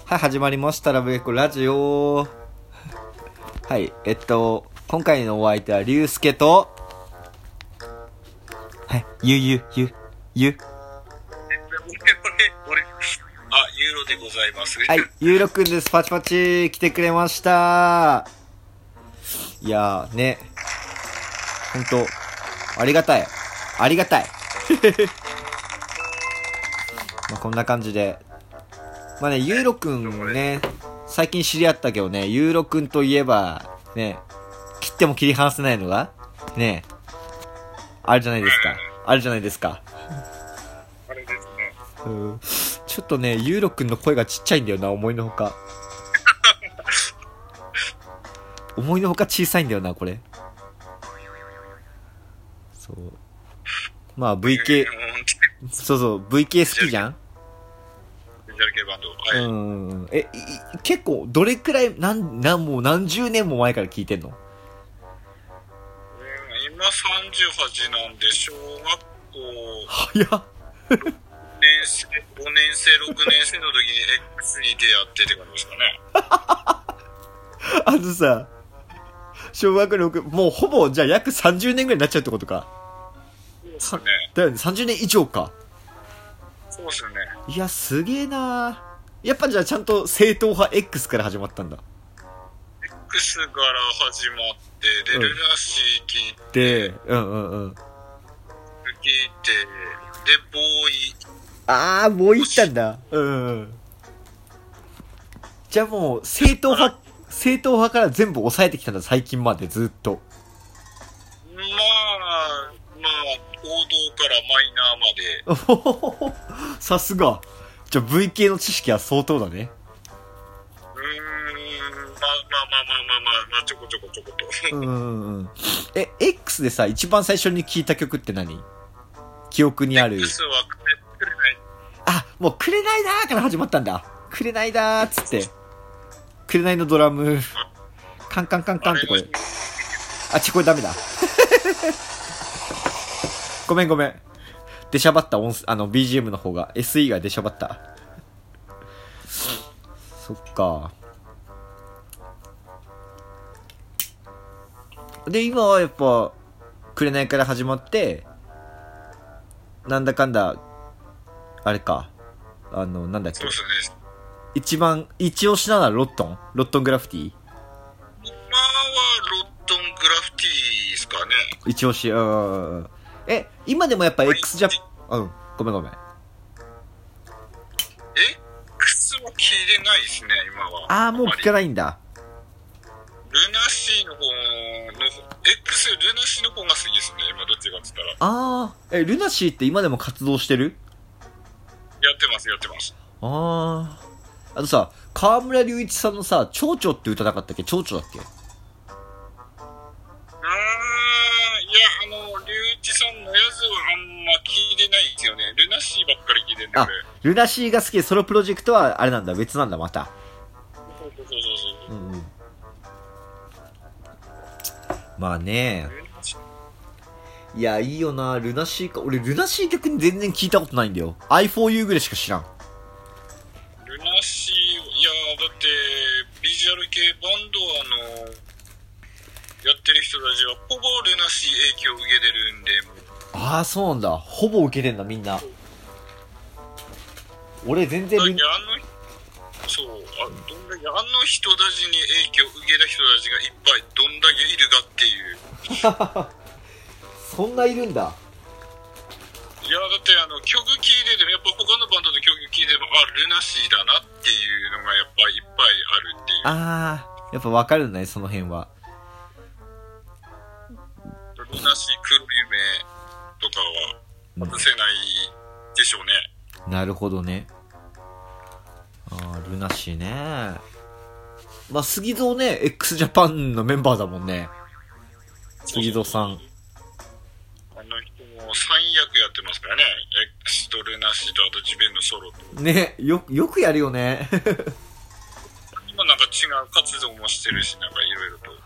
はい、始まりましたラブエコラジオ。はい、今回のお相手はリュウスケと、はい、ゆ、 俺、ユーロでございます。 はい、ゆうろくんです。パチパチ来てくれました。いやーね、ほんとありがたいまあこんな感じで、まあね、ゆうろくんね、最近知り合ったけどね、ゆうろくんといえばね、切っても切り離せないのがね、あるじゃないですか。あれですね。ちょっとね、ゆうろくんの声がちっちゃいんだよな、思いのほか。思いのほか小さいんだよな、これ。そう。まあ VK、そうそう、VK 好きじゃん？ はい、 結構どれくらいもう何十年も前から聞いてんの？ 今38なんで小学校早っ 5年生6年生の時に X に出会ってって感じですかね。 あのさ、小学6、もうほぼじゃあ約30年ぐらいになっちゃうってことか。 そうですね。 だよね、30年以上か。 そうですね。 いや、すげえな。やっぱじゃあちゃんと正統派 X から始まったんだ。 X から始まってで、ルナシー聞いで、 て、聞いて、で、ボーイ。 もう行ったんだ。じゃあもう正統派から全部抑えてきたんだ、最近までずっと。 まあ王道からマイナーまで。 さすが。じゃあ V 系の知識は相当だね。 まあちょこちょこと。 X でさ、一番最初に聞いた曲って何？記憶にある。 X はくれない。 もうくれないだーから始まったんだ。くれないだーっつって。くれないのドラム、カンカンカンカンってこれ。これダメだ。ごめん。出しゃばったBGM の方が SE が出しゃばった。そっか。で今はやっぱくれないから始まって、なんだかんだあれか、なんだっけ。 そうですね。 一押しなのはロットングラフィティ。 今はロットングラフィティですかね。 一押し。今でもやっぱ X ジャパン、ごめん。 X は聞いてないですね、今は。 もう聞かないんだ。 ルナシーの方の X ルナシーの方が好きですね、今どっちかって言ったら。 ルナシーって今でも活動してる？ やってます。 あとさ、河村隆一さんのさ、蝶々って歌なかったっけ？蝶々だっけ？ 隆一さんのやつはあんま聞いてないですよね。ルナシーばっかり聞いてるんで。 ルナシーが好きで、ソロプロジェクトはあれなんだ、別なんだ、また。 そう。 まあね。いや、いいよな、ルナシーか。俺、ルナシー曲に全然聞いたことないんだよ。I4U ぐらいしか知らん。 ルナシー、いやだって、ビジュアル系バンドやってる人たちは、ほぼルナシー影響を受けてるんで。 そうなんだ。ほぼ受けてんだ、みんな。俺、全然どんだけあの人たちに影響を受けた人たちがいっぱいどんだけいるかっていう。 そんないるんだ。 いやだって曲聴いててもやっぱ他のバンドの曲聴いてもルナシーだなっていうのがやっぱいっぱいあるっていう。 やっぱ分かるんだね、その辺は。 ルナシー黒夢とかは外せないでしょうね。 なるほどね。ルナシーね。まあ、杉蔵ね、x ジャパンのメンバーだもんね。杉蔵さん。 あの人も3役やってますからね。X とルナシーとあと自分のソロと。 ね、よくやるよね。 今なんか違う活動もしてるし、なんかいろいろと。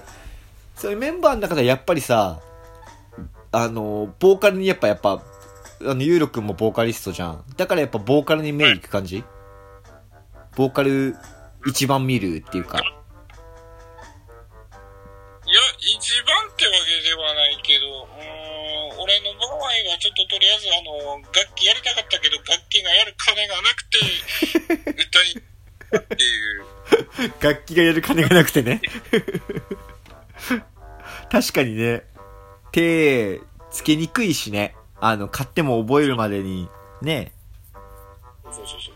それメンバーの中でやっぱりさ、ボーカルにやっぱユーロくんもボーカリストじゃん。だからやっぱボーカルに目いく感じ？ボーカル一番見るっていうか。 いや、一番ってわけではないけど、俺の場合はちょっととりあえず楽器やりたかったけど、楽器がやる金がなくて、歌にっていう。 楽器がやる金がなくてね。確かにね、手つけにくいしね。買っても覚えるまでに、ね。 そうそうそう。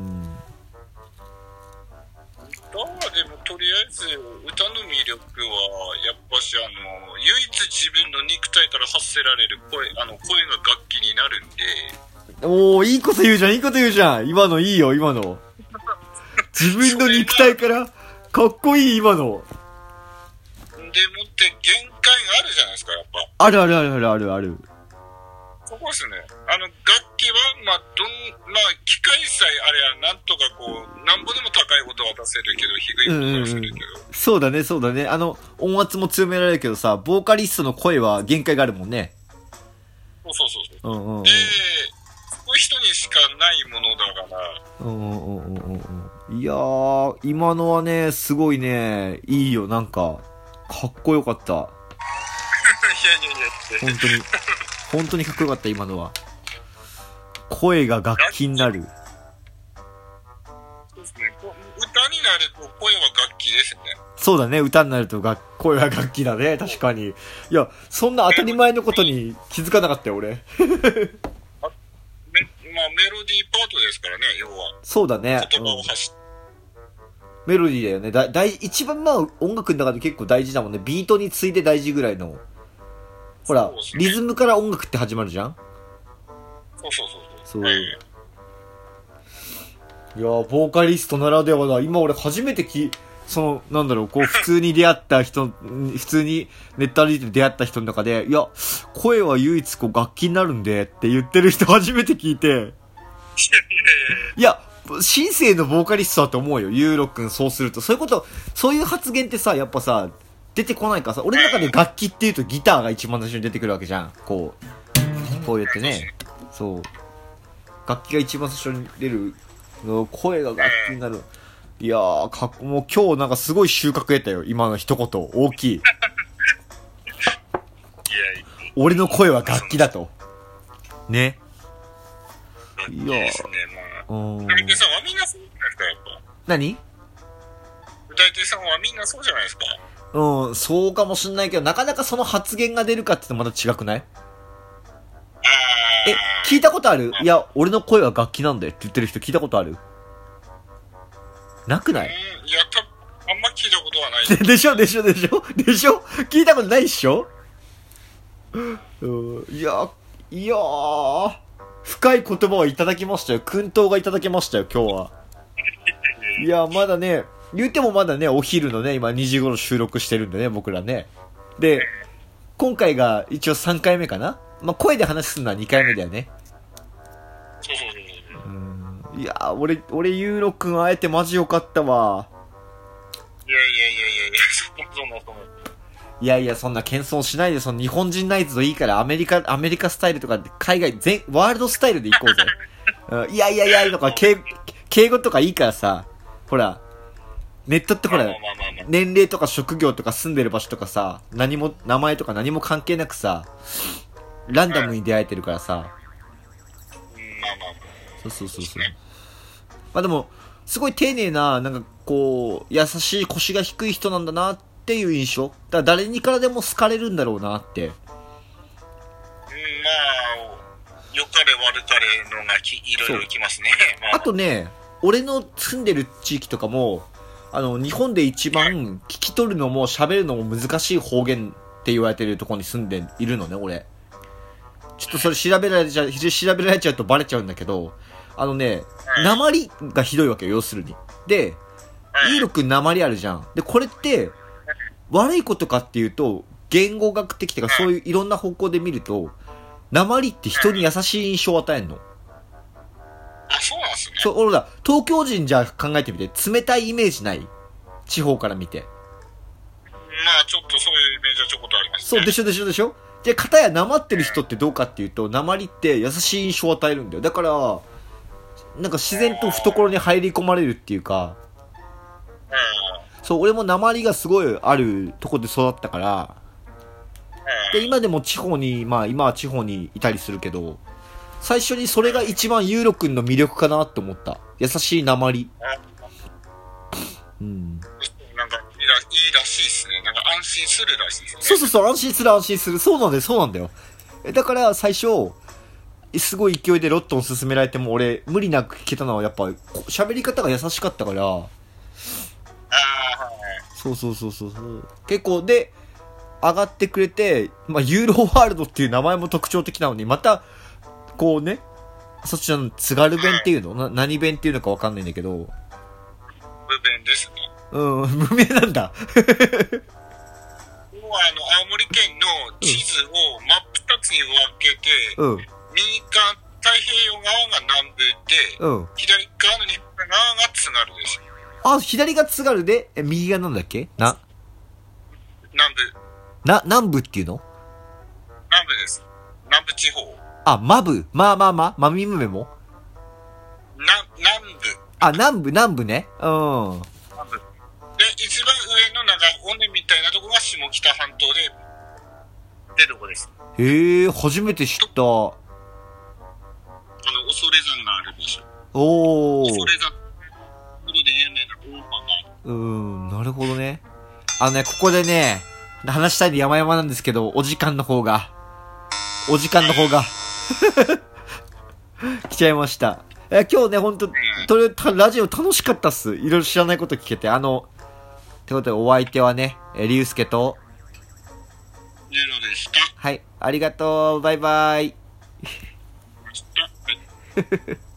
でもとりあえず歌の魅力はやっぱし唯一自分の肉体から発せられる声が楽器になるんで。 おー、いいこと言うじゃん。今のいいよ、今の。自分の肉体からかっこいい、今の。 でもって限界があるじゃないですか、やっぱ。 ある。 そこですね。楽器は機械さえあれはなんとかなんぼでも高い音は出せるけど、低い音は出せるけど。 そうだね。音圧も強められるけどさ、ボーカリストの声は限界があるもんね。 そう。で、そういう人にしかないものだから。 いやー、今のはね、すごいね、いいよ、なんか、かっこよかった。 いや。 本当にかっこよかった、今のは。声が楽器になる。 そうですね。歌になると声は楽器ですね。 そうだね、歌になると声は楽器だね、確かに。いや、そんな当たり前のことに気づかなかったよ、俺。 メロディーパートですからね、要は。 そうだね。 言葉を発して。 メロディーだよね。一番音楽の中で結構大事だもんね。ビートに次いで大事ぐらいの。ほら、ね、リズムから音楽って始まるじゃん？ そう。 いやー、ボーカリストならではだ。今俺初めて普通に出会った人、普通にネット歩いて出会った人の中で、いや、声は唯一楽器になるんでって言ってる人初めて聞いて。いや、新生のボーカリストだと思うよ、ユーロくん。そうすると。そういう発言ってさ、やっぱさ、出てこないからさ、俺の中で楽器って言うとギターが一番最初に出てくるわけじゃん。こう言ってね。そう。楽器が一番最初に出るの、声が楽器になる。いやー、もう今日なんかすごい収穫得たよ、今の一言。大きい。俺の声は楽器だと。ね。いやー。 歌い手さんはみんなそうじゃないですか、やっぱ。 何？ 歌い手さんはみんなそうじゃないですか。 そうかもしんないけど、なかなかその発言が出るかって言うとまた違くない？聞いたことある？いや、俺の声は楽器なんだよって言ってる人聞いたことある？なくない？ いや、あんま聞いたことはない。 でしょ聞いたことないっしょ？いやー、深い言葉をいただきましたよ。薫陶がいただきましたよ、今日は。いや、まだね、言ってもまだね、お昼のね、今2時頃収録してるんでね、僕らね。で、今回が一応3回目かな？声で話すのは2回目だよね。いやー、俺ユーロくん会えてマジよかったわ。いや、そんな謙遜しないで、その日本人ナイズといいから、アメリカスタイルとか、海外、ワールドスタイルで行こうぜ。いや、とか、敬語とかいいからさ、ほら、ネットってほら、年齢とか職業とか住んでる場所とかさ、名前とか何も関係なくさ、ランダムに出会えてるからさ。そう。でも、すごい丁寧な、優しい腰が低い人なんだなっていう印象。だから誰にからでも好かれるんだろうなって。 良かれ悪かれのがいろいろきますね。 あとね、俺の住んでる地域とかも、日本で一番聞き取るのも喋るのも難しい方言って言われてるところに住んでいるのね、俺。ちょっとそれ調べられちゃうとバレちゃうんだけど、訛りがひどいわけよ、要するに。で、ユーロくん訛りあるじゃん。で、これって、悪いことかっていうと、言語学的とかそういういろんな方向で見ると、訛りって人に優しい印象を与えるの。 そうなんすね。 俺ら、東京人じゃ考えてみて、冷たいイメージない？地方から見て。 ちょっとそういうイメージはちょこっとありますね。 そう、でしょで、片やなまってる人ってどうかっていうと、なまりって優しい印象を与えるんだよ。だから、なんか自然と懐に入り込まれるっていうか、そう、俺もなまりがすごいあるとこで育ったから、で、今でも地方に、まあ今は地方にいたりするけど、最初にそれが一番ユーロくんの魅力かなって思った。優しいなまり。うん。 なんかいいらしいですね。なんか安心するらしいですね。 そうそうそう、安心する安心する。そうなんだよ、そうなんだよ。だから最初、すごい勢いでロットン勧められても俺、無理なく聞けたのはやっぱ、喋り方が優しかったから、そうそうそうそう。結構で、上がってくれて、まあ、ユーロワールドっていう名前も特徴的なのに、また、こうね、そっちの津軽弁っていうの何弁っていうのかわかんないんだけど。 無弁ですね。 無名なんだ。 青森県の地図を真っ二つに分けて、右側、太平洋側が南部で、左側の日本側が津軽です。 あ、左が津軽で、右がなんだっけ南部。南部っていうの？ 南部です。南部地方。 あ、マブ。マミムメも南部。 あ、南部ね。うん。 で、一番上のなんか尾根みたいなとこが下北半島で、ってとこです。 へえ、初めて知った。 恐山があるでしょ。 おー。 恐山、プロで有名な大間が。 なるほどね。ここでね、話したいの山々なんですけど、お時間の方が来ちゃいました。今日ね、ほんと、ラジオ楽しかったっす。いろいろ知らないこと聞けて。ってことでお相手はね、リュウスケと、 ユーロでした。 はい、ありがとう、バイバイ。